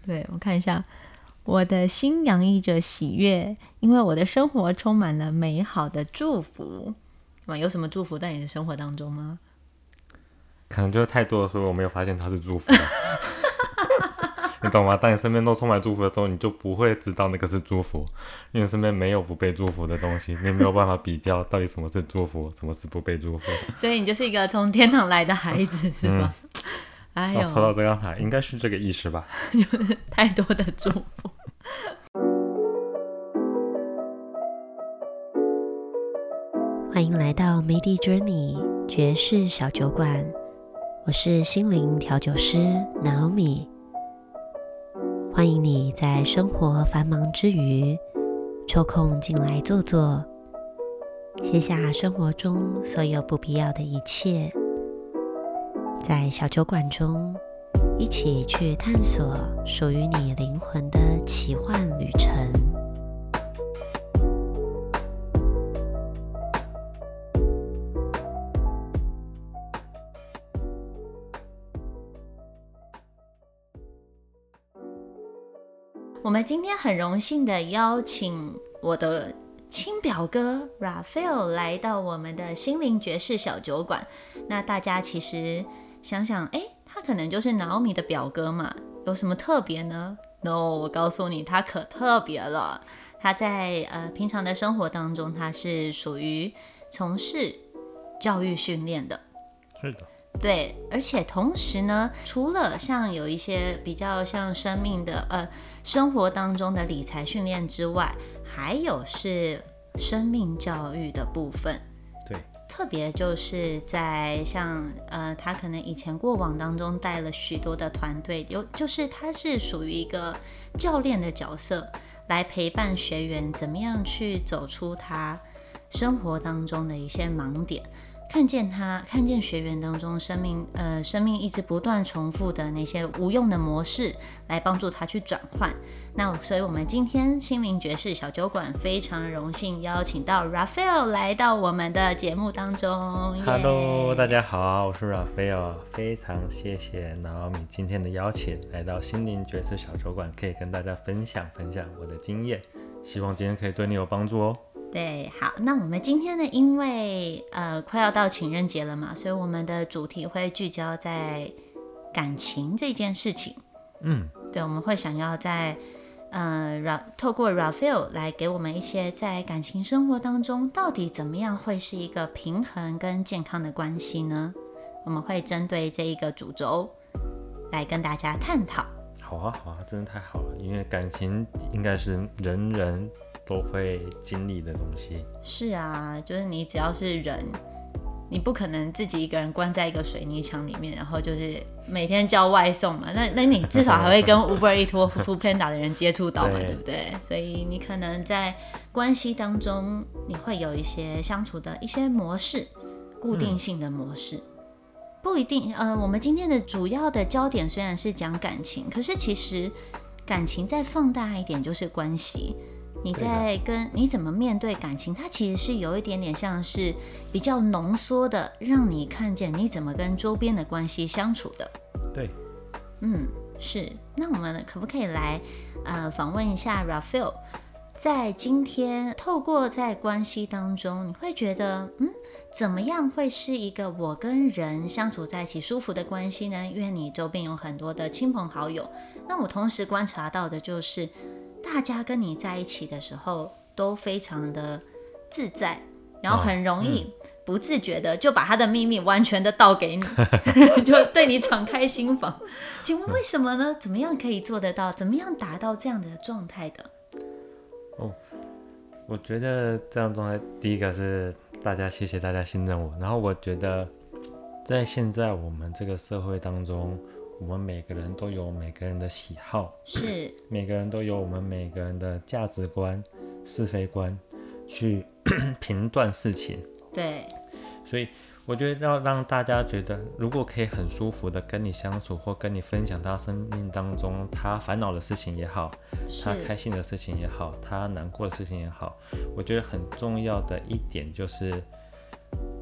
对，我看一下，我的心洋溢着喜悦，因为我的生活充满了美好的祝福。有什么祝福在你的生活当中吗？ 可能就是太多了，所以我没有发现它是祝福的。你懂吗？当你身边都充满祝福的时候，你就不会知道那个是祝福，因为身边没有不被祝福的东西，你没有办法比较到底什么是祝福，什么是不被祝福。 所以你就是一个从天堂来的孩子，是吗？哎呦， 抽到这张牌，应该是这个意思吧？ 就是太多的祝福。 欢迎来到 Midi Journey 爵士小酒馆，我是心灵调酒师 Naomi。欢迎你在生活繁忙之余，抽空进来坐坐，卸下生活中所有不必要的一切，在小酒馆中一起去探索属于你灵魂的奇幻旅程。 我们今天很荣幸的邀请我的亲表哥 Raphael 来到我们的心灵爵士小酒馆。那大家其实想想，他可能就是 Naomi 的表哥嘛，有什么特别呢？ No， 我告诉你，他可特别了。他在平常的生活当中，他是属于从事教育训练的。 是的。 对，而且同时呢，除了像有一些比较像生命的生活当中的理财训练之外，还有是生命教育的部分。 对， 特别就是在像他可能以前过往当中带了许多的团队，就是他是属于一个教练的角色，来陪伴学员怎么样去走出他生活当中的一些盲点。看见学员当中生命一直不断重复的那些无用的模式，来帮助他去转换。那所以我们今天心灵爵士小酒馆非常荣幸邀请到 Raphael 来到我们的节目当中。 Hello， 大家好，我是 Raphael， 非常谢谢 Naomi 今天的邀请，来到心灵爵士小酒馆，可以跟大家分享我的经验，希望今天可以对你有帮助哦。 对，好，那我们今天呢，因为快要到情人节了嘛，所以我们的主题会聚焦在感情这件事情。对，我们会想要在透过 Raphael 来给我们一些在感情生活当中到底怎么样会是一个平衡跟健康的关系呢？我们会针对这一个主轴来跟大家探讨。 好啊，真的太好了，因为感情应该是人人都会经历的东西。 是啊，就是你只要是人，你不可能自己一个人关在一个水泥墙里面，然后就是每天叫外送嘛。那你至少还会跟 Uber Eats 或 Foodpanda 的人接触到嘛，对不对？所以你可能在关系当中，你会有一些相处的一些模式，固定性的模式。不一定，我们今天的主要的焦点虽然是讲感情，可是其实感情再放大一点就是关系。你怎么面对感情，它其实是有一点点像是比较浓缩的，让你看见你怎么跟周边的关系相处的。 对， 是。那我们可不可以来访问一下 Raphael， 在今天透过在关系当中，你会觉得怎么样会是一个我跟人相处在一起舒服的关系呢？因为你周边有很多的亲朋好友，那我同时观察到的就是大家跟你在一起的时候都非常的自在，然后很容易不自觉的就把他的秘密完全的倒给你就对你敞开心房。请问为什么呢？怎么样可以做得到？怎么样达到这样的状态的？ 我觉得这样状态，第一个是谢谢大家信任我，然后我觉得在现在我们这个社会当中，我们每个人都有每个人的喜好， 是每个人都有我们每个人的价值观、是非观去评断事情。 对， 所以我觉得要让大家觉得，如果可以很舒服的跟你相处，或跟你分享他生命当中他烦恼的事情也好，他开心的事情也好，他难过的事情也好，我觉得很重要的一点就是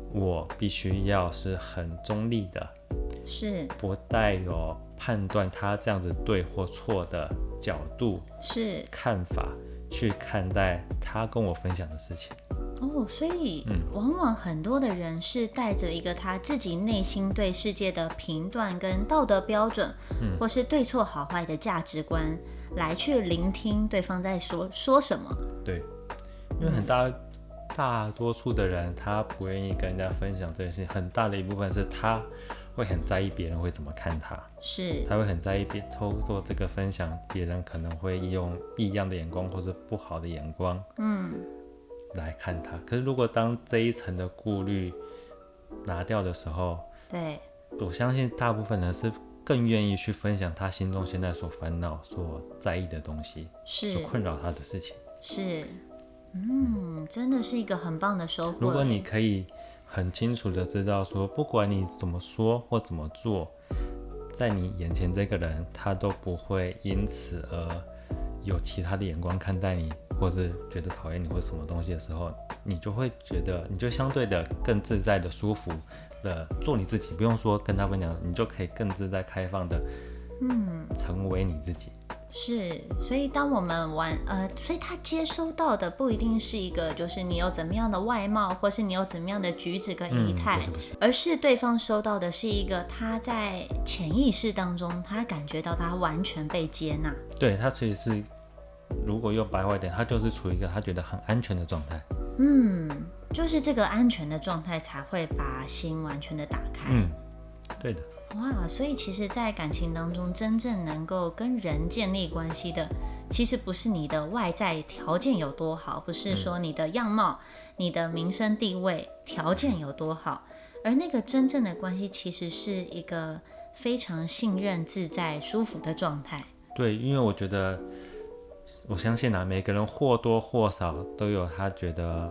我必须要是很中立的， 是不带有判断他这样子对或错的角度、 是看法去看待他跟我分享的事情。 哦，所以往往很多的人是带着一个他自己内心对世界的评断跟道德标准，或是对错好坏的价值观，来去聆听对方在说什么。 对，因为大多数的人他不愿意跟人家分享这件事情，很大的一部分是他会很在意别人会怎么看他， 是他会很在意透过这个分享，别人可能会用异样的眼光或是不好的眼光，来看他。可是如果当这一层的顾虑拿掉的时候， 对， 我相信大部分人是更愿意去分享他心中现在所烦恼、所在意的东西， 是所困扰他的事情。 是，真的是一个很棒的收获。 如果你可以很清楚的知道说，不管你怎么说或怎么做，在你眼前这个人他都不会因此而有其他的眼光看待你，或是觉得讨厌你或什么东西的时候，你就会觉得你就相对的更自在的舒服的做你自己，不用说跟他分享，你就可以更自在开放的成为你自己。 是，所以当我们所以他接收到的不一定是一个就是你有怎么样的外貌，或是你有怎么样的举止跟仪态， 不是而是对方收到的是一个他在潜意识当中他感觉到他完全被接纳。 对，他其实是如果用白话一点，他就是处于一个他觉得很安全的状态。 就是这个安全的状态才会把心完全的打开。 对的。 哇，所以其实在感情当中真正能够跟人建立关系的，其实不是你的外在条件有多好，不是说你的样貌、你的名声地位条件有多好，而那个真正的关系其实是一个非常信任、自在、舒服的状态。 对，因为我觉得我相信每个人或多或少都有他觉得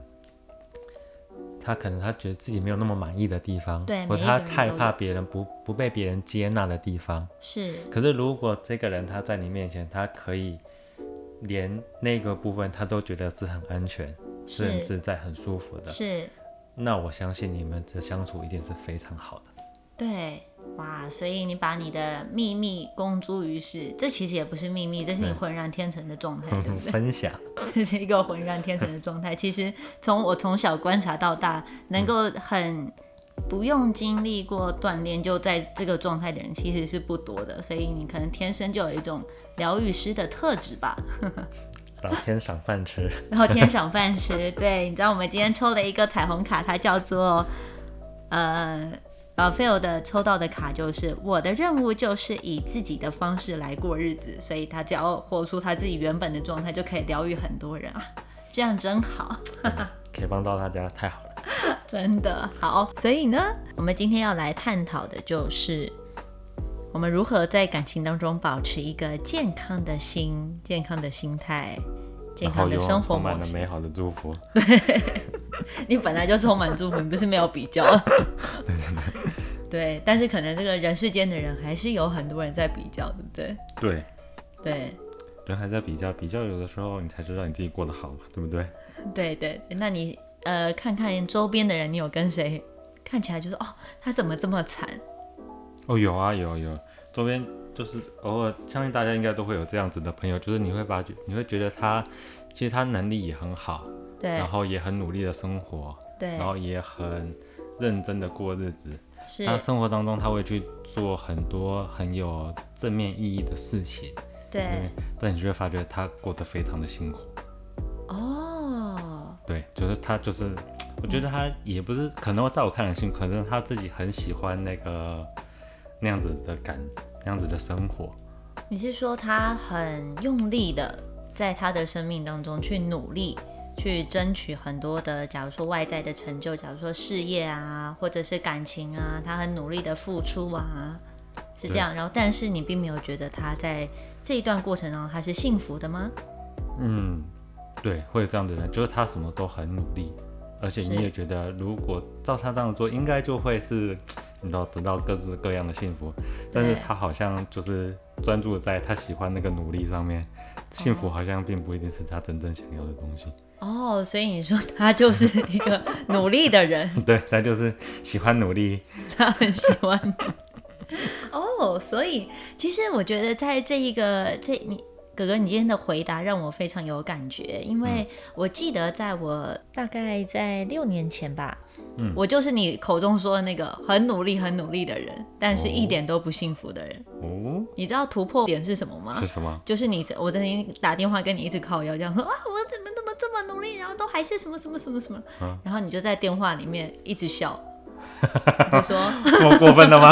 他可能他觉得自己没有那么满意的地方， 对， 或者他害怕别人不被别人接纳的地方。 是。 可是如果这个人他在你面前，他可以连那个部分他都觉得是很安全、是很自在、很舒服的， 是。 那我相信你们的相处一定是非常好的。 对，哇，所以你把你的秘密公诸于世，这其实也不是秘密，这是你浑然天成的状态，对不对？ 分享， 这是一个浑然天成的状态。其实我从小观察到大，能够很不用经历过锻炼就在这个状态的人其实是不多的，所以你可能天生就有一种疗愈师的特质吧。 老天赏饭吃， 然后天赏饭吃。对，你知道我们今天抽了一个彩虹卡，它叫做Raphael 的抽到的卡就是我的任务就是以自己的方式来过日子，所以他只要活出他自己原本的状态，就可以疗愈很多人啊，这样真好。 可以帮到大家，太好了。 真的好。所以呢，我们今天要来探讨的就是我们如何在感情当中保持一个健康的心、健康的心态、健康的生活模式， 充满了美好的祝福。 对，你本来就充满祝福，你不是没有比较。对，但是可能这个人世间的人还是有很多人在比较，对不对？ 对对， 人还在比较，比较有的时候你才知道你自己过得好嘛，对不对？ 对对，那你看看周边的人，你有跟谁看起来就是他怎么这么惨？ 有啊，有，周边就是偶尔，相信大家应该都会有这样子的朋友，就是你会觉得他其实他能力也很好， 对， 然后也很努力的生活， 对， 然后也很认真的过日子。 是， 他生活当中他会去做很多很有正面意义的事情， 对， 但你就会发觉他过得非常的辛苦。对，就是他就是我觉得他也不是，可能在我看来辛苦，可能他自己很喜欢那样子的那样子的生活。 你是说他很用力的在他的生命当中去努力，去争取很多的，假如说外在的成就，假如说事业啊，或者是感情啊，他很努力的付出啊，是这样。然后，但是你并没有觉得他在这一段过程中他是幸福的吗？ 对，会有这样的人，就是他什么都很努力， 而且你也觉得如果照他这样做，应该就会是你知道得到各式各样的幸福，但是他好像就是专注在他喜欢那个努力上面，幸福好像并不一定是他真正想要的东西。 哦，所以你说他就是一个努力的人， 对，他就是喜欢努力， 他很喜欢哦，所以其实我觉得在你哥哥，你今天的回答让我非常有感觉，因为我记得在我大概在6年前吧，我就是你口中说的那个很努力的人，但是一点都不幸福的人。哦，你知道突破点是什么吗？ 是什么？ 就是我曾经打电话跟你一直靠腰，这样说啊，我怎么这么努力，然后都还是什么什么什么什么，然后你就在电话里面一直笑，就说这么过分的吗？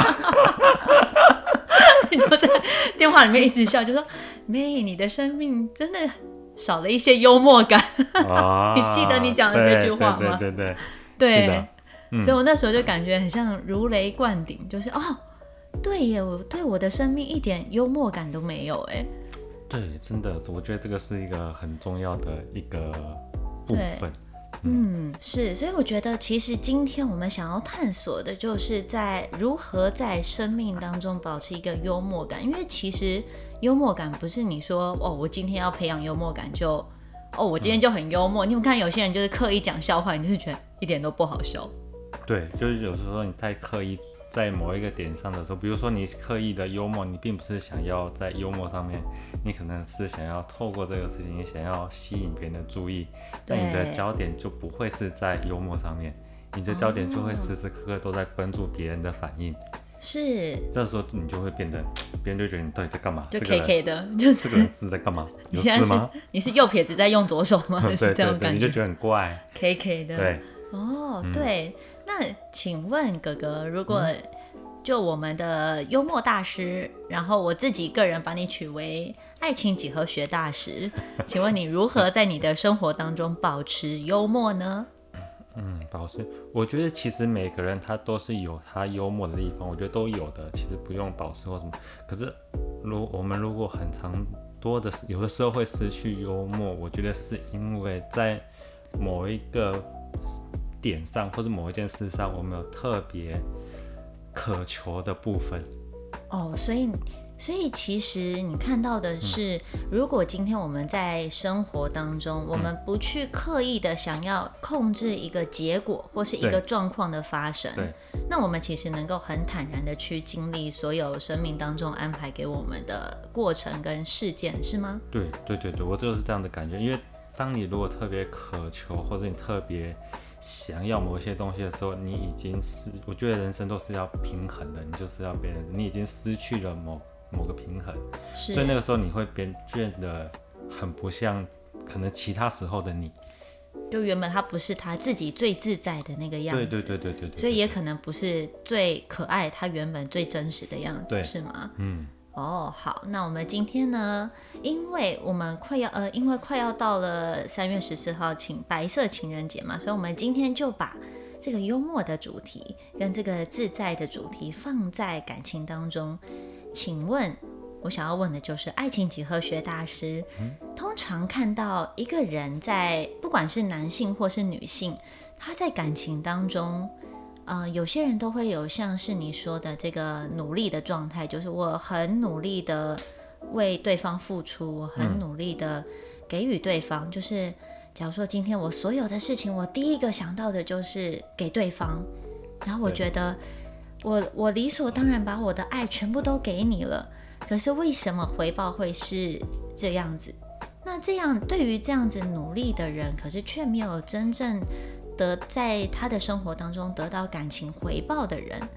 你就在电话里面一直笑，就说妹，你的生命真的少了一些幽默感。你记得你讲的这句话吗？对，所以我那时候就感觉很像如雷贯顶，就是哦，对耶，我对我的生命一点幽默感都没有哎。 对，真的，我觉得这个是一个很重要的一个部分。 是，所以我觉得其实今天我们想要探索的就是在如何在生命当中保持一个幽默感，因为其实幽默感不是你说哦，我今天要培养幽默感就哦，我今天就很幽默。你们看有些人就是刻意讲笑话，你就是觉得一点都不好笑。 对，就是有时候你太刻意在某一个点上的时候，比如说你刻意的幽默，你并不是想要在幽默上面，你可能是想要透过这个事情，你想要吸引别人的注意，但你的焦点就不会是在幽默上面，你的焦点就会时时刻刻都在关注别人的反应。 是， 这时候你就会变得，别人就觉得你到底在干嘛？ 就 KK 的，就是这个人是在干嘛？有事吗？ 你是右撇子在用左手吗？ 对是这样感觉， 你就觉得很怪。 KK 的， 对， 哦，对。那请问哥哥，如果就我们的幽默大师，然后我自己个人把你取为爱情几何学大师，请问你如何在你的生活当中保持幽默呢？ 保持，我觉得其实每个人他都是有他幽默的地方，我觉得都有的，其实不用保持或什么。可是我们如果很长多的有的时候会失去幽默，我觉得是因为在某一个点上或者某一件事上，我们有特别渴求的部分。 哦，所以其实你看到的是，如果今天我们在生活当中，我们不去刻意的想要控制一个结果或是一个状况的发生，那我们其实能够很坦然的去经历所有生命当中安排给我们的过程跟事件，是吗？ 对，我就是这样的感觉。因为当你如果特别渴求，或者你特别想要某些东西的时候，你已经是，我觉得人生都是要平衡的，你就是要你已经失去了某个平衡，所以那个时候你会变得很不像可能其他时候的你， 就原本他不是他自己最自在的那个样子， 对， 所以也可能不是最可爱他原本最真实的样子，是吗？哦，好，那我们今天呢，因为快要到了3月14号白色情人节嘛，所以我们今天就把这个幽默的主题跟这个自在的主题放在感情当中。请问我想要问的就是爱情几何学大师，通常看到一个人在不管是男性或是女性，他在感情当中有些人都会有像是你说的这个努力的状态，就是我很努力的为对方付出，我很努力的给予对方，就是假如说今天我所有的事情，我第一个想到的就是给对方，然后我觉得我理所当然把我的爱全部都给你了，可是为什么回报会是这样子？那这样对于这样子努力的人，可是却没有真正在他的生活当中得到感情回报的人，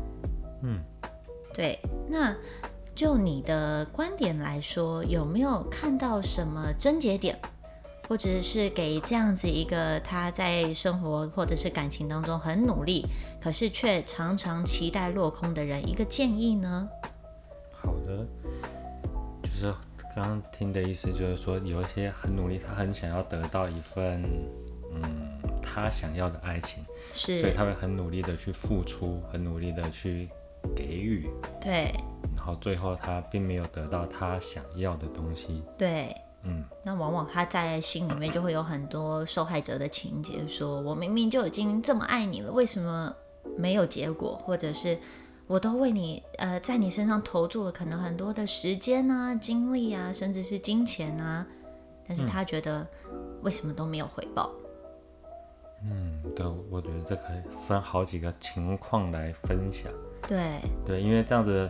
对，那就你的观点来说，有没有看到什么症结点，或者是给这样子一个他在生活或者是感情当中很努力，可是却常常期待落空的人一个建议呢？ 好的，就是刚刚听的意思，就是说有一些很努力，他很想要得到一份他想要的爱情， 是， 所以他会很努力的去付出，很努力的去给予， 对， 然后最后他并没有得到他想要的东西， 对， 那往往他在心里面就会有很多受害者的情节，说我明明就已经这么爱你了，为什么没有结果？或者是我都为你在你身上投注了可能很多的时间啊、精力啊，甚至是金钱啊，但是他觉得为什么都没有回报？ 对，我觉得这可以分好几个情况来分享。 对， 因为这样子，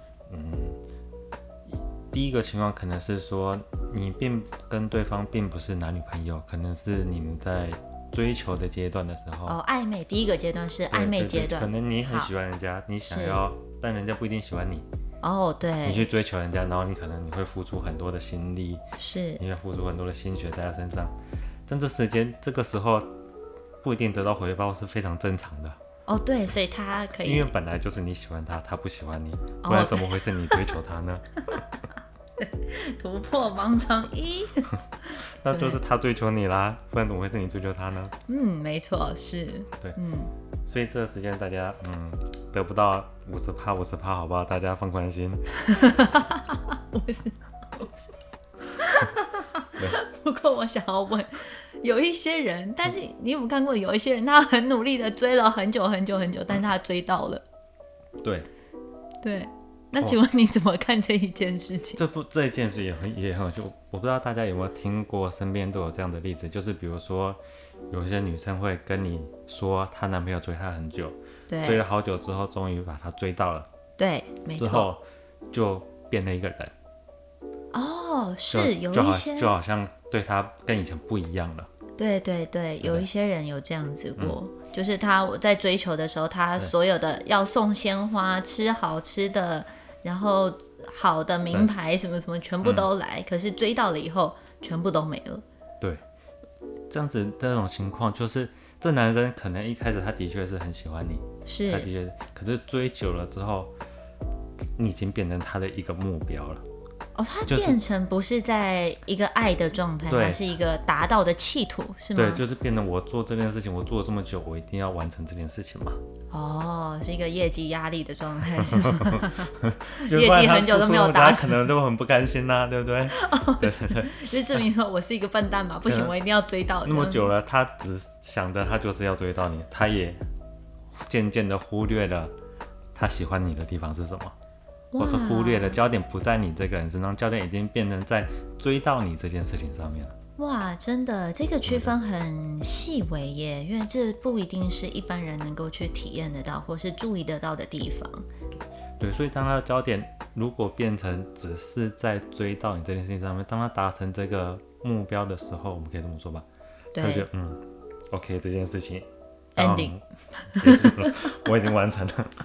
第一个情况可能是说，你并跟对方并不是男女朋友，可能是你们在追求的阶段的时候。 暧昧第一个阶段是暧昧阶段， 可能你很喜欢人家，你想要，但人家不一定喜欢你。 对， 你去追求人家，然后你会付出很多的心力， 是， 你会付出很多的心血在他身上，但这个时候不一定得到回报是非常正常的。 对，所以他可以， 因为本来就是你喜欢他，他不喜欢你，不然怎么会是你追求他呢？ 突破盲肠1， 那就是他追求你啦，不然怎么会是你追求他呢？ 没错，是， 对，所以这个时间大家得不到50%，好不好？大家放宽心。 不过我想要问，有一些人，但是你有没有看过有一些人，他很努力的追了很久很久很久，但是他追到了。对，那请问你怎么看这一件事情？ 这一件事也很有趣，我不知道大家有没有听过，身边都有这样的例子，就是比如说有一些女生会跟你说，她男朋友追她很久，追了好久之后，终于把她追到了， 对，没错， 之后就变了一个人。 是有一些就好像对她跟以前不一样了。 对，有一些人有这样子过，就是我在追求的时候，他所有的要送鲜花、吃好吃的，然后好的名牌什么什么全部都来，可是追到了以后全部都没了。 对，这样子的那种情况，就是这男人可能一开始他的确是很喜欢你， 是， 他的确，可是追久了之后，你已经变成他的一个目标了。 它变成不是在一个爱的状态，它是一个达到的企图，是吗？ 对，就是变成我做这件事情，我做了这么久，我一定要完成这件事情嘛。 是一个业绩压力的状态，是吗？业绩很久都没有达成， 可能都很不甘心呐，对不对？对， 就是证明说我是一个笨蛋嘛，不行，我一定要追到。 那么久了，他只想着他就是要追到你，他也渐渐的忽略了他喜欢你的地方是什么。或者忽略了焦点不在你这个人身上，焦点已经变成在追到你这件事情上面了。 哇，真的，这个区分很细微耶，因为这不一定是一般人能够去体验得到或是注意得到的地方。 对，所以当他的焦点如果变成只是在追到你这件事情上面，当他达成这个目标的时候，我们可以这么说吧，他就觉得OK， 这件事情 ending 结束了，我已经完成了。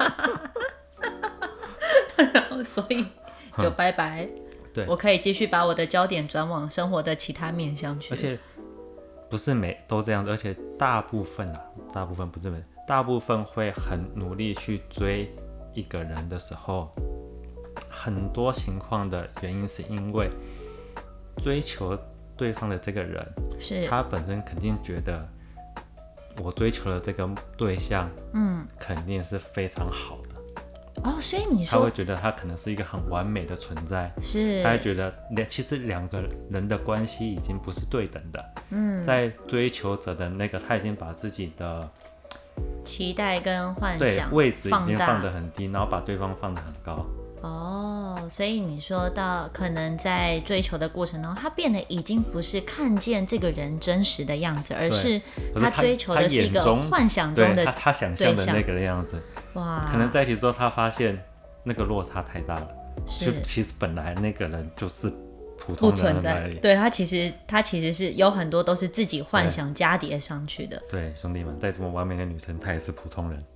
然后所以就拜拜， 对， 我可以继续把我的焦点转往生活的其他面向去。 而且不是都这样子，而且大部分不是大部分会很努力去追一个人的时候，很多情况的原因是因为追求对方的这个人， 是他本身肯定觉得我追求的这个对象，肯定是非常好的。 所以你说他会觉得他可能是一个很完美的存在， 是， 他会觉得其实两个人的关系已经不是对等的，在追求者的那个他已经把自己的期待跟幻想位置已经放得很低，然后把对方放得很高。 所以你说到可能在追求的过程中，他变得已经不是看见这个人真实的样子，而是他追求的是一个幻想中的他想象的那个样子。 哇， 可能在一起之后，他发现那个落差太大了， 是， 就其实本来那个人就是普通人而已。 对，他其实是有很多都是自己幻想加叠上去的。 对，兄弟们，再这么完美的女生，她也是普通人。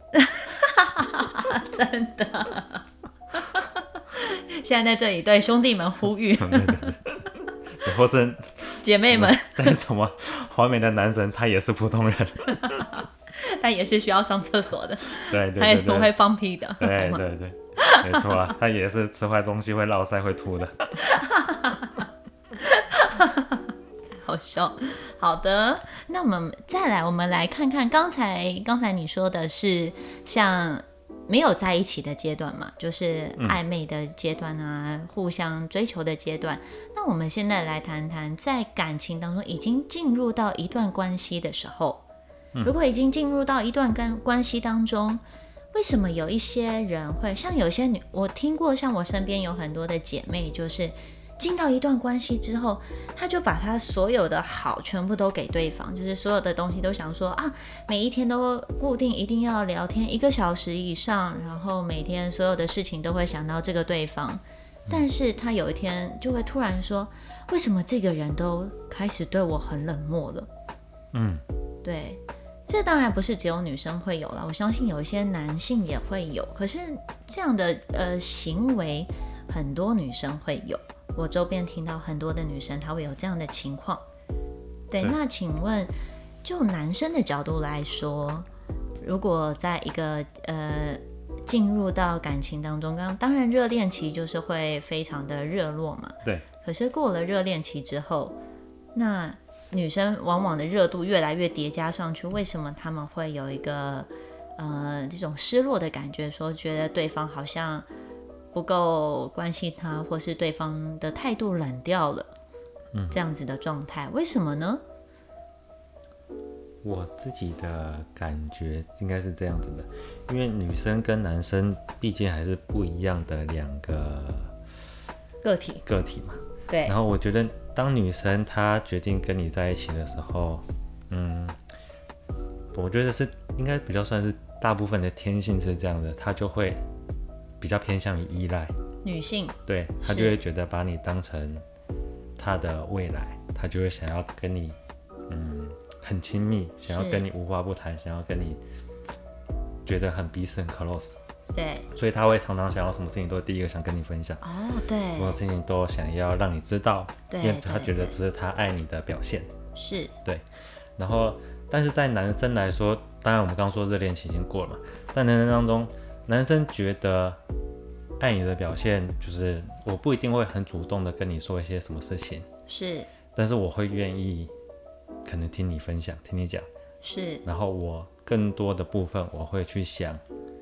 真的。现在在这里对兄弟们呼吁， 对，或者姐妹们， 再怎么完美的男神，他也是普通人。 他也是需要上厕所的， 对， 他也是会放屁的， 对，没错啊，他也是吃坏东西会落腮会吐的。 好笑。好的，那我们再来，我们来看看刚才你说的是像没有在一起的阶段嘛，就是暧昧的阶段啊，互相追求的阶段。那我们现在来谈谈，在感情当中已经进入到一段关系的时候，如果已经进入到一段关系当中，为什么有一些人会像有些我听过，像我身边有很多的姐妹，就是进到一段关系之后，她就把她所有的好全部都给对方，就是所有的东西都想说啊，每一天都固定一定要聊天1个小时以上，然后每天所有的事情都会想到这个对方。但是她有一天就会突然说，为什么这个人都开始对我很冷漠了？对，这当然不是只有女生会有啦，我相信有一些男性也会有。可是这样的行为，很多女生会有。我周边听到很多的女生，她会有这样的情况。对，那请问，就男生的角度来说，如果在一个进入到感情当中，当然热恋期就是会非常的热络嘛。 对。 可是过了热恋期之后，那女生往往的热度越来越叠加上去，为什么他们会有一个这种失落的感觉，说觉得对方好像不够关心他，或是对方的态度冷掉了，这样子的状态，为什么呢？ 我自己的感觉应该是这样子的，因为女生跟男生毕竟还是不一样的两个个体嘛。 对。 然后我觉得，当女生她决定跟你在一起的时候，我觉得是应该比较算是大部分的天性是这样的，她就会比较偏向于依赖女性， 对，她就会觉得把你当成她的未来，她就会想要跟你很亲密，想要跟你无话不谈，想要跟你觉得很彼此很 close。 对， 所以她会常常想要什么事情都第一个想跟你分享。 对， 什么事情都想要让你知道， 对， 因为她觉得这是她爱你的表现。 是， 对。然后，但是在男生来说，当然我们刚刚说热恋期已经过了嘛，在男生当中，男生觉得爱你的表现就是我不一定会很主动的跟你说一些什么事情， 是， 但是我会愿意可能听你分享，听你讲， 是， 然后我更多的部分我会去想，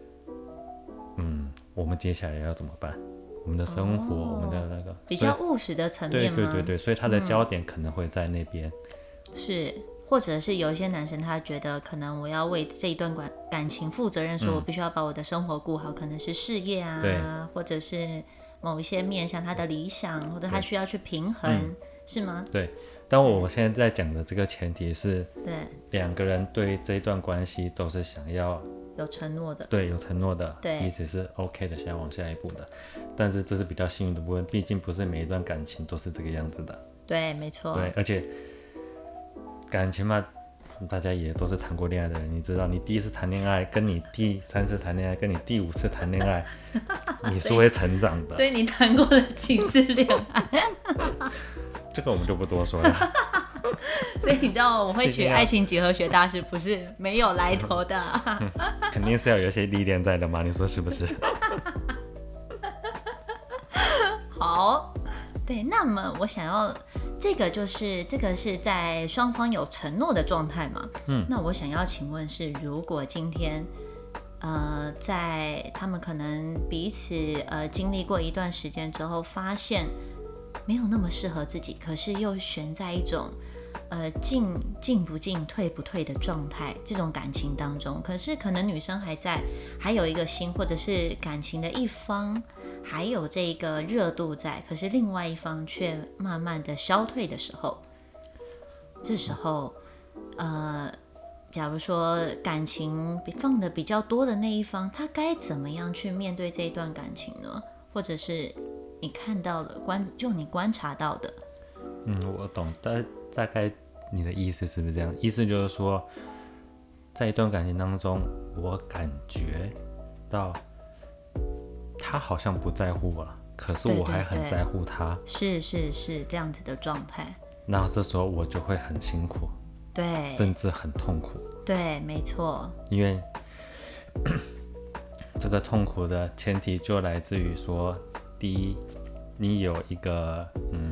我们接下来要怎么办？我们的生活，我们的那个比较务实的层面吗？ 对，所以他的焦点可能会在那边。 是，或者是有一些男生他觉得可能我要为这一段感情负责任，说我必须要把我的生活顾好，可能是事业啊，或者是某一些面向他的理想，或者他需要去平衡，是吗？ 对，但我现在在讲的这个前提是， 对， 两个人对这一段关系都是想要有承诺的， 对，有承诺的， 对， 彼此是 OK 的，想要往下一步的。但是这是比较幸运的部分，毕竟不是每一段感情都是这个样子的。 对，没错。 对，而且感情嘛，大家也都是谈过恋爱的人，你知道，你第一次谈恋爱，跟你第3次谈恋爱，跟你第5次谈恋爱，你是会成长的。 所以你谈过了几次恋爱？ 这个我们就不多说了。 所以你知道我会取爱情几何学大师不是没有来头的。 肯定是要有一些历练在的嘛，你说是不是？ 好，对，那么我想要这个是在双方有承诺的状态嘛？那我想要请问是，如果今天在他们可能彼此经历过一段时间之后，发现没有那么适合自己，可是又悬在一种进不进退不退的状态，这种感情当中，可是可能女生还在，还有一个心，或者是感情的一方还有这个热度在，可是另外一方却慢慢的消退的时候，这时候假如说感情放的比较多的那一方，他该怎么样去面对这一段感情呢？或者是你看到了就你观察到的？ 我懂，大概你的意思是不是这样？意思就是说，在一段感情当中，我感觉到他好像不在乎我了，可是我还很在乎他。 是这样子的状态。 然后这时候我就会很辛苦， 对， 甚至很痛苦。 对，没错。 因为这个痛苦的前提就来自于说，第一，你有一个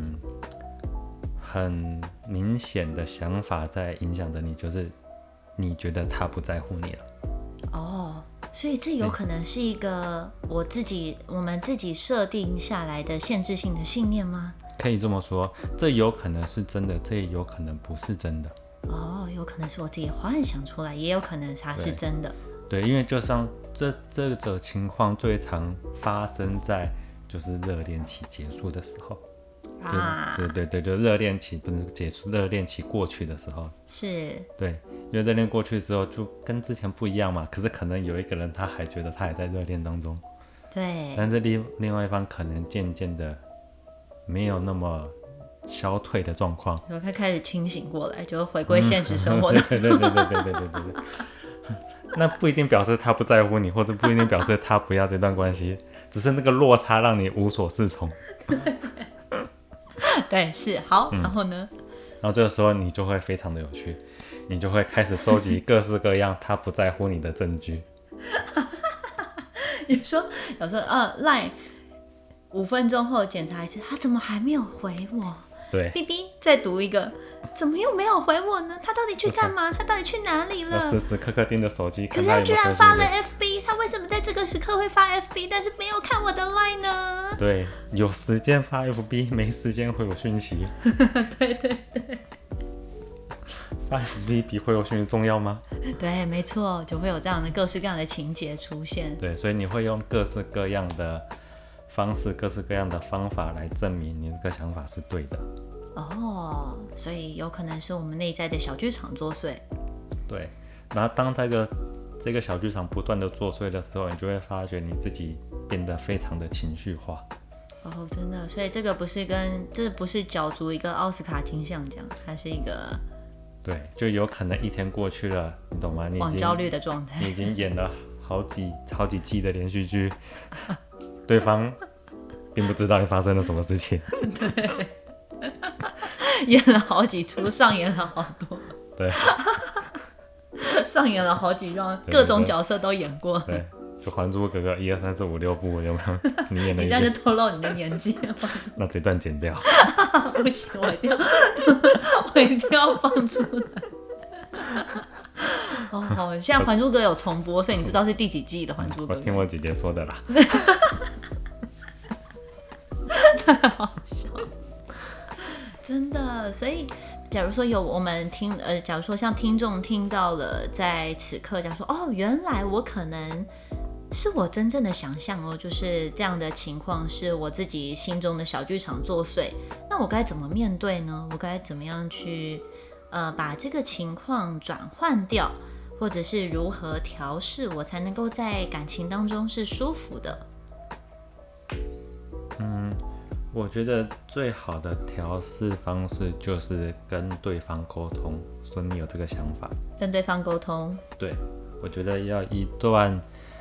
很明显的想法在影响着你，就是你觉得他不在乎你了。 所以这有可能是一个我们自己设定下来的限制性的信念吗？ 可以这么说，这有可能是真的，这也有可能不是真的。 哦，有可能是我自己幻想出来，也有可能它是真的。 对，因为就像这种情况最常发生在就是热恋期结束的时候。对，就热恋期不能结束，热恋期过去的时候， 是， 对，因为热恋过去之后就跟之前不一样嘛。可是可能有一个人他还觉得他还在热恋当中， 对， 但是另外一方可能渐渐的没有那么消退的状况， 他开始清醒过来，就回归现实生活的。 对。那不一定表示他不在乎你，或者不一定表示他不要这段关系，只是那个落差让你无所适从。 对，是好，然后呢？ 然后这个时候你就会非常的有趣，你就会开始收集各式各样他不在乎你的证据。 你说有时候LINE 5分钟后检查一次，他怎么还没有回我？ 对 ，BB 再读一个，怎么又没有回我呢？他到底去干嘛？他到底去哪里了？ 要时时刻刻盯着手机， 可是他居然发了 FB， 他为什么在这个时刻会发 FB， 但是没有看我的 LINE 呢？ 对，有时间发 FB， 没时间回我讯息。 对， 发 FB 比回我讯息重要吗？ 对，没错，就会有这样的各式各样的情节出现。 对，所以你会用各式各样的方式、各式各样的方法来证明你这个想法是对的。 哦，所以有可能是我们内在的小剧场作祟。 对，然后当这个小剧场不断的作祟的时候，你就会发觉你自己变得非常的情绪化。 哦，真的，所以这不是角逐一个奥斯卡金像奖，它是一个对，就有可能一天过去了，你懂吗？你往焦虑的状态， 你已经演了好几季的连续剧，对方并不知道你发生了什么事情。 对，演了好几出，上演了好多， 对， 上演了好几 round，各种角色都演过。 对，就《还珠格格》1、2、3、4、5、6部有没有？你演了一遍， 你这样就透露你的年纪。 那这段剪掉。 不行，我一定要放出来。哦，现在《还珠格格》有重播，所以你不知道是第几季的《还珠格格》。 我听我姐姐说的啦。 太好笑了，真的。所以，假如说假如说像听众听到了，在此刻，假如说哦，原来我可能是我真正的想象哦，就是这样的情况，是我自己心中的小剧场作祟。那我该怎么面对呢？我该怎么样去把这个情况转换掉，或者是如何调试，我才能够在感情当中是舒服的？ 我觉得最好的调试方式就是跟对方沟通，说你有这个想法， 跟对方沟通。 对，我觉得要一段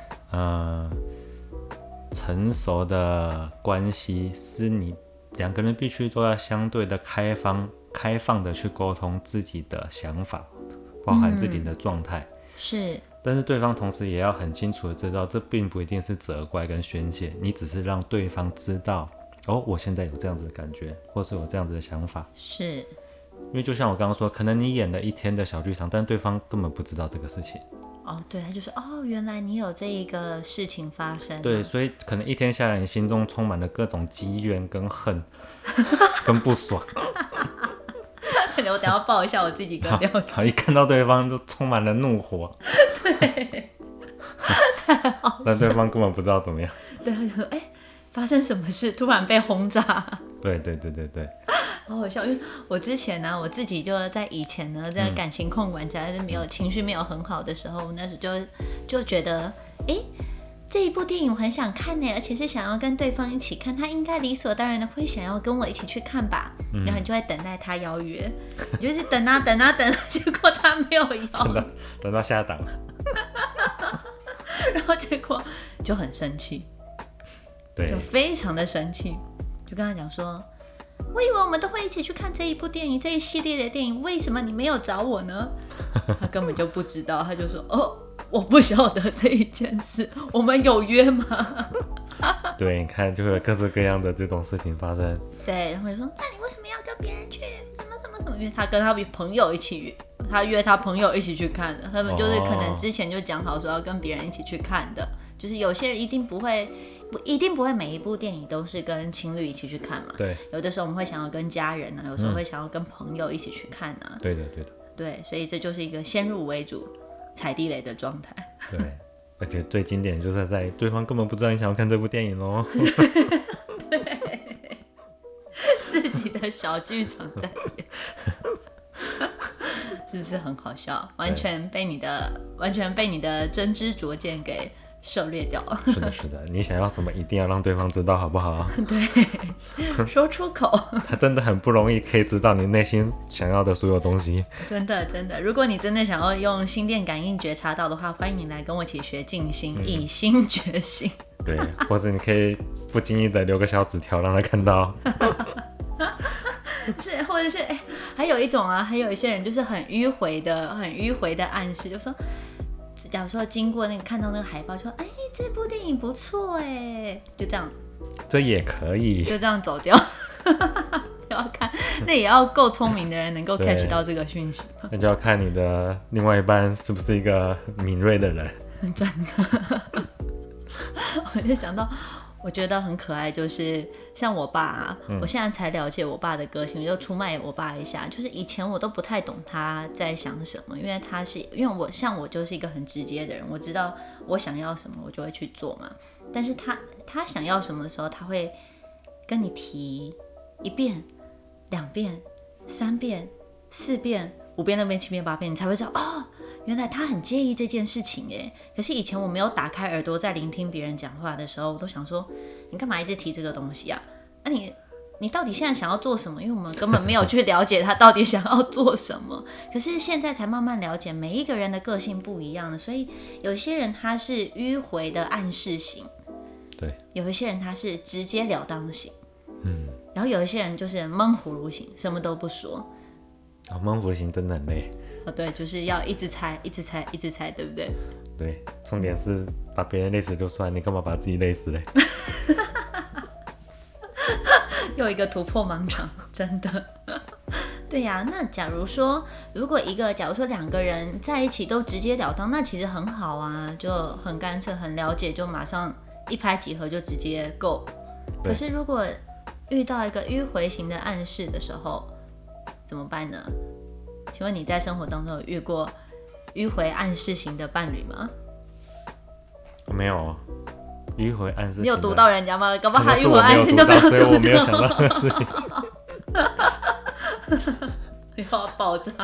成熟的关系，是你两个人必须都要相对的开放的去沟通自己的想法，包含自己的状态。 是， 但是对方同时也要很清楚的知道，这并不一定是责怪跟宣泄，你只是让对方知道，哦，我现在有这样子的感觉，或是有这样子的想法。 是， 因为就像我刚刚说，可能你演了一天的小剧场，但对方根本不知道这个事情。 哦，对，他就说，哦，原来你有这一个事情发生。 对，所以可能一天下来，你心中充满了各种积怨跟恨，跟不爽。 我等一下抱一下我自己跟廖哥。 好，一看到对方就充满了怒火。 对， 但对方根本不知道怎么样。 对，他就说，发生什么事？突然被轰炸。 对， 好好笑，因为我之前呢，我自己就在以前呢，在感情控管起来是没有情绪没有很好的时候，我那时候就觉得，这一部电影我很想看呢，而且是想要跟对方一起看，他应该理所当然的会想要跟我一起去看吧。然后你就会等待他邀约，你就是等啊，结果他没有邀， 等到下档， 然后结果就很生气， 对， 就非常的生气，就跟他讲说，我以为我们都会一起去看这一部电影，这一系列的电影，为什么你没有找我呢？他根本就不知道，他就说，我不晓得这一件事，我们有约吗？ 对，你看就会有各式各样的这种事情发生。 对，然后就说，那你为什么要跟别人去？什么？因为他跟他朋友一起他约他朋友一起去看的，他们就是可能之前就讲好说要跟别人一起去看的，就是有些人一定不会每一部电影都是跟情侣一起去看嘛。 对， 有的时候我们会想要跟家人啊，有时候会想要跟朋友一起去看啊。 对的。 对，所以这就是一个先入为主、踩地雷的状态。 对，而且最经典就是在对方根本不知道你想要看这部电影咯。 对，自己的小剧场在里面。是不是很好笑？完全被你的真知灼见给狩猎掉了。 是的，你想要什么一定要让对方知道，好不好？ 对，说出口。 他真的很不容易可以知道你内心想要的所有东西。 真的，如果你真的想要用心电感应觉察到的话，欢迎你来跟我一起学静心，以心觉心。 对，或者你可以不经意的留个小纸条让他看到。 是，或者是还有一种啊，还有一些人就是很迂回的暗示，就说，假如说经过看到那个海报，说，这部电影不错就这样， 这也可以， 就这样走掉。要看，那也要够聪明的人能够 catch 到这个讯息。 那就要看你的另外一半是不是一个敏锐的人。 真的，我就想到。我觉得很可爱，就是像我爸啊，我现在才了解我爸的个性，我就出卖我爸一下。就是以前我都不太懂他在想什么，因为我就是一个很直接的人，我知道我想要什么，我就会去做嘛。但是他想要什么的时候，他会跟你提1遍、2遍、3遍、4遍、5遍、6遍、7遍、8遍，你才会知道哦。原来他很介意这件事情耶。可是以前我没有打开耳朵在聆听别人讲话的时候，我都想说，你干嘛一直提这个东西啊？你到底现在想要做什么？因为我们根本没有去了解他到底想要做什么。可是现在才慢慢了解，每一个人的个性不一样的，所以有些人他是迂回的暗示型， 对， 有一些人他是直截了当型，然后有一些人就是闷葫芦型，什么都不说。 闷葫芦型真的很累。 对，就是要一直猜，对不对？ 对，重点是把别人累死就算，你干嘛把自己累死嘞？ 又一个突破盲场，真的。对呀，那假如说2个人在一起都直截了当，那其实很好啊，就很干脆，很了解，就马上一拍即合，就直接 go。可是如果遇到一个迂回型的暗示的时候，怎么办呢？请问你在生活当中有遇过迂回暗示型的伴侣吗？ 没有，迂回暗示型的。 你有读到人家吗？搞不好他迂回暗示都没有读到， 所以我没有想到这个事情。 要爆炸。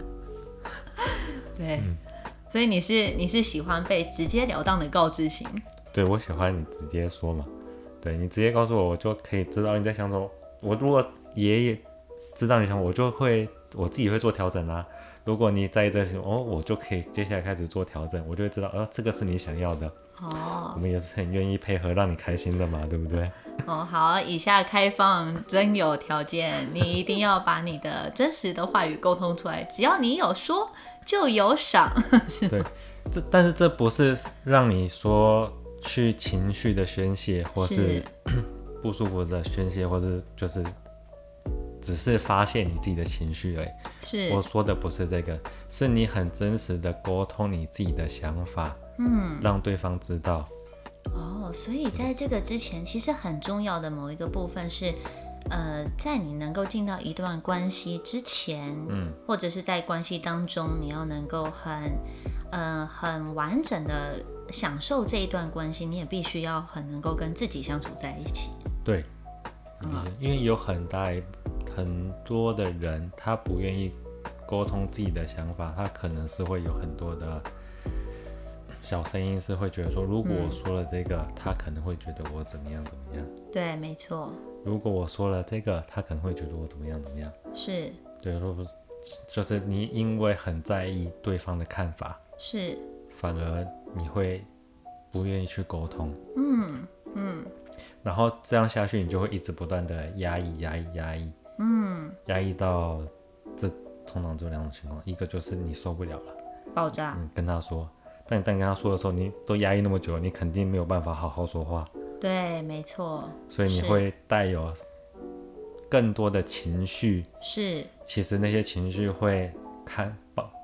对，所以你是喜欢被直截了当的告知型。 对，我喜欢你直接说嘛。对，你直接告诉我，我就可以知道你在想什么。我如果也知道你想，我自己会做调整啦。如果你在意这个事情，我就可以接下来开始做调整，我就会知道，这个是你想要的。我们也是很愿意配合，让你开心的嘛，对不对？ 好，以下开放真有条件，你一定要把你的真实的话语沟通出来，只要你有说就有赏。 对，但是这不是让你说去情绪的宣泄，或是不舒服的宣泄，或是就是只是发泄你自己的情绪而已。 是， 我说的不是这个，是你很真实的沟通你自己的想法，让对方知道。 所以在这个之前，其实很重要的某一个部分是，在你能够进到一段关系之前，或者是在关系当中，你要能够很完整的享受这一段关系，你也必须要很能够跟自己相处在一起。 对，因为有很多的人，他不愿意沟通自己的想法，他可能是会有很多的小声音，是会觉得说，如果我说了这个，他可能会觉得我怎么样怎么样。 对，没错。 如果我说了这个，他可能会觉得我怎么样怎么样。 是。 对，就是你因为很在意对方的看法， 是，反而你会不愿意去沟通。然后这样下去，你就会一直不断的压抑，压抑到这通常只有2种情况，一个就是你受不了了， 爆炸， 跟他说，但你跟他说的时候，你都压抑那么久了，你肯定没有办法好好说话。 对，没错。 所以你会带有更多的情绪。 是。 其实那些情绪会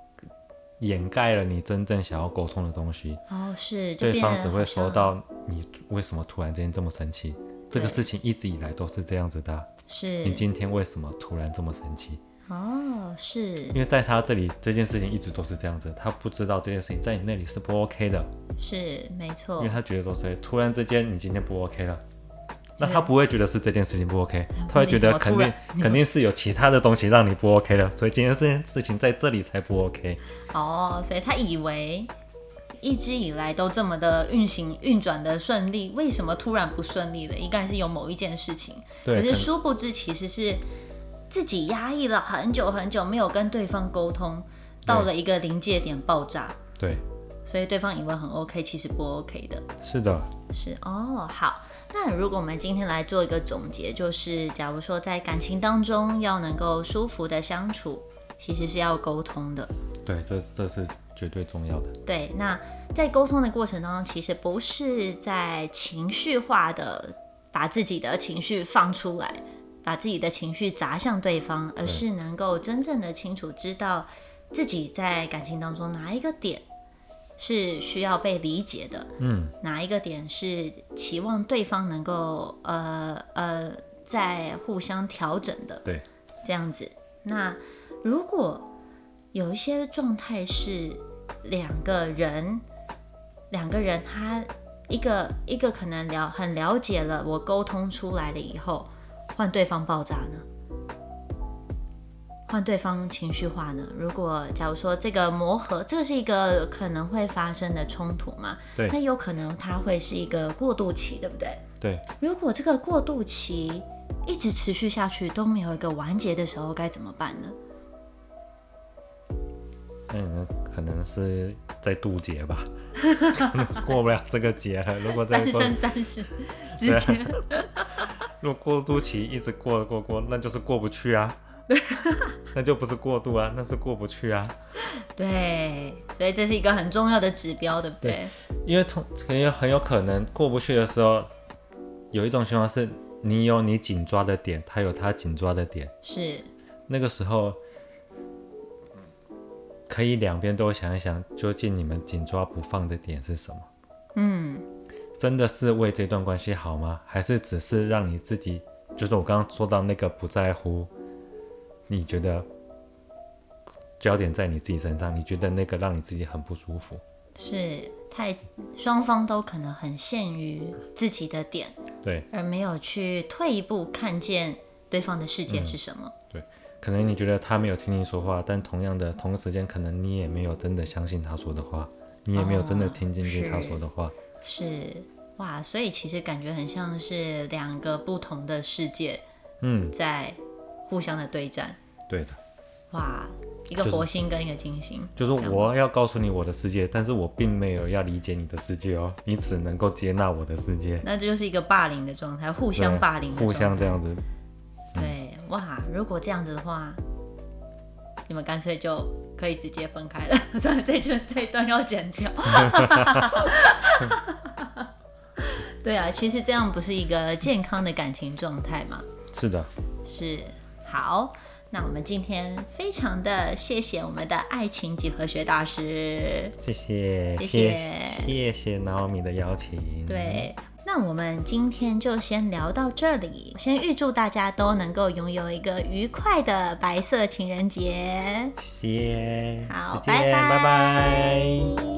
掩盖了你真正想要沟通的东西。 是，就对方只会收到到你为什么突然之间这么生气，这个事情一直以来都是这样子的啊， 是你今天为什么突然这么生气？ 是因为在他这里这件事情一直都是这样子，他不知道这件事情在你那里是不 OK 的， 是没错， 因为他觉得都是突然之间你今天不 OK 了，那他不会觉得是这件事情不 OK， 他会觉得肯定是有其他的东西让你不 OK 了，所以今天这件事情在这里才不 OK。 所以他以为一直以来都这么的运转的顺利，为什么突然不顺利了？应该是有某一件事情，可是殊不知其实是自己压抑了很久很久，没有跟对方沟通，到了一个临界点爆炸。 对， 所以对方以为很 OK， 其实不 OK 的。 是的， 是好。那如果我们今天来做一个总结，就是假如说在感情当中要能够舒服的相处，其实是要沟通的。 对，这是绝对重要的。 对，那在沟通的过程当中，其实不是在情绪化的把自己的情绪放出来，把自己的情绪砸向对方，而是能够真正的清楚知道自己在感情当中哪一个点是需要被理解的，哪一个点是期望对方能够再互相调整的， 对， 这样子。那如果有一些状态是两个人他一个可能很了解了，我沟通出来了以后，换对方爆炸呢？换对方情绪化呢？如果假如说这个磨合，这是一个可能会发生的冲突嘛？ 对， 那有可能它会是一个过渡期，对不对？ 对。 如果这个过渡期一直持续下去，都没有一个完结的时候，该怎么办呢？ 那你们可能是在渡劫吧，过不了这个劫了。如果在三生三世之间， 如果过渡期一直过，那就是过不去啊。那就不是过渡啊，那是过不去啊。 对，所以这是一个很重要的指标，对不对？ 因为很有可能过不去的时候，有一种情况是你有你紧抓的点，他有他紧抓的点， 是那个时候可以两边都想一想，究竟你们紧抓不放的点是什么？真的是为这段关系好吗？还是只是让你自己，就是我刚刚说到那个不在乎，你觉得焦点在你自己身上，你觉得那个让你自己很不舒服， 是双方都可能很限于自己的点， 对， 而没有去退一步看见对方的世界是什么。 对，可能你觉得他没有听你说话，但同时间可能你也没有真的相信他说的话，你也没有真的听进去他说的话。 是哇，所以其实感觉很像是两个不同的世界，在互相的对战。 对的， 哇，一个火星跟一个金星， 就是我要告诉你我的世界，但是我并没有要理解你的世界哦，你只能够接纳我的世界。 那这就是一个霸凌的状态，互相霸凌的状态， 互相这样子。 对，哇，如果这样子的话，你们干脆就可以直接分开了。算了，这一段要剪掉。对啊，其实这样不是一个健康的感情状态嘛？ 是的， 是。好，那我们今天非常的谢谢我们的爱情几何学大师， 谢谢 Naomi 的邀请。 对，那我们今天就先聊到这里，先预祝大家都能够拥有一个愉快的白色情人节。 谢谢， 好， 再见，拜拜。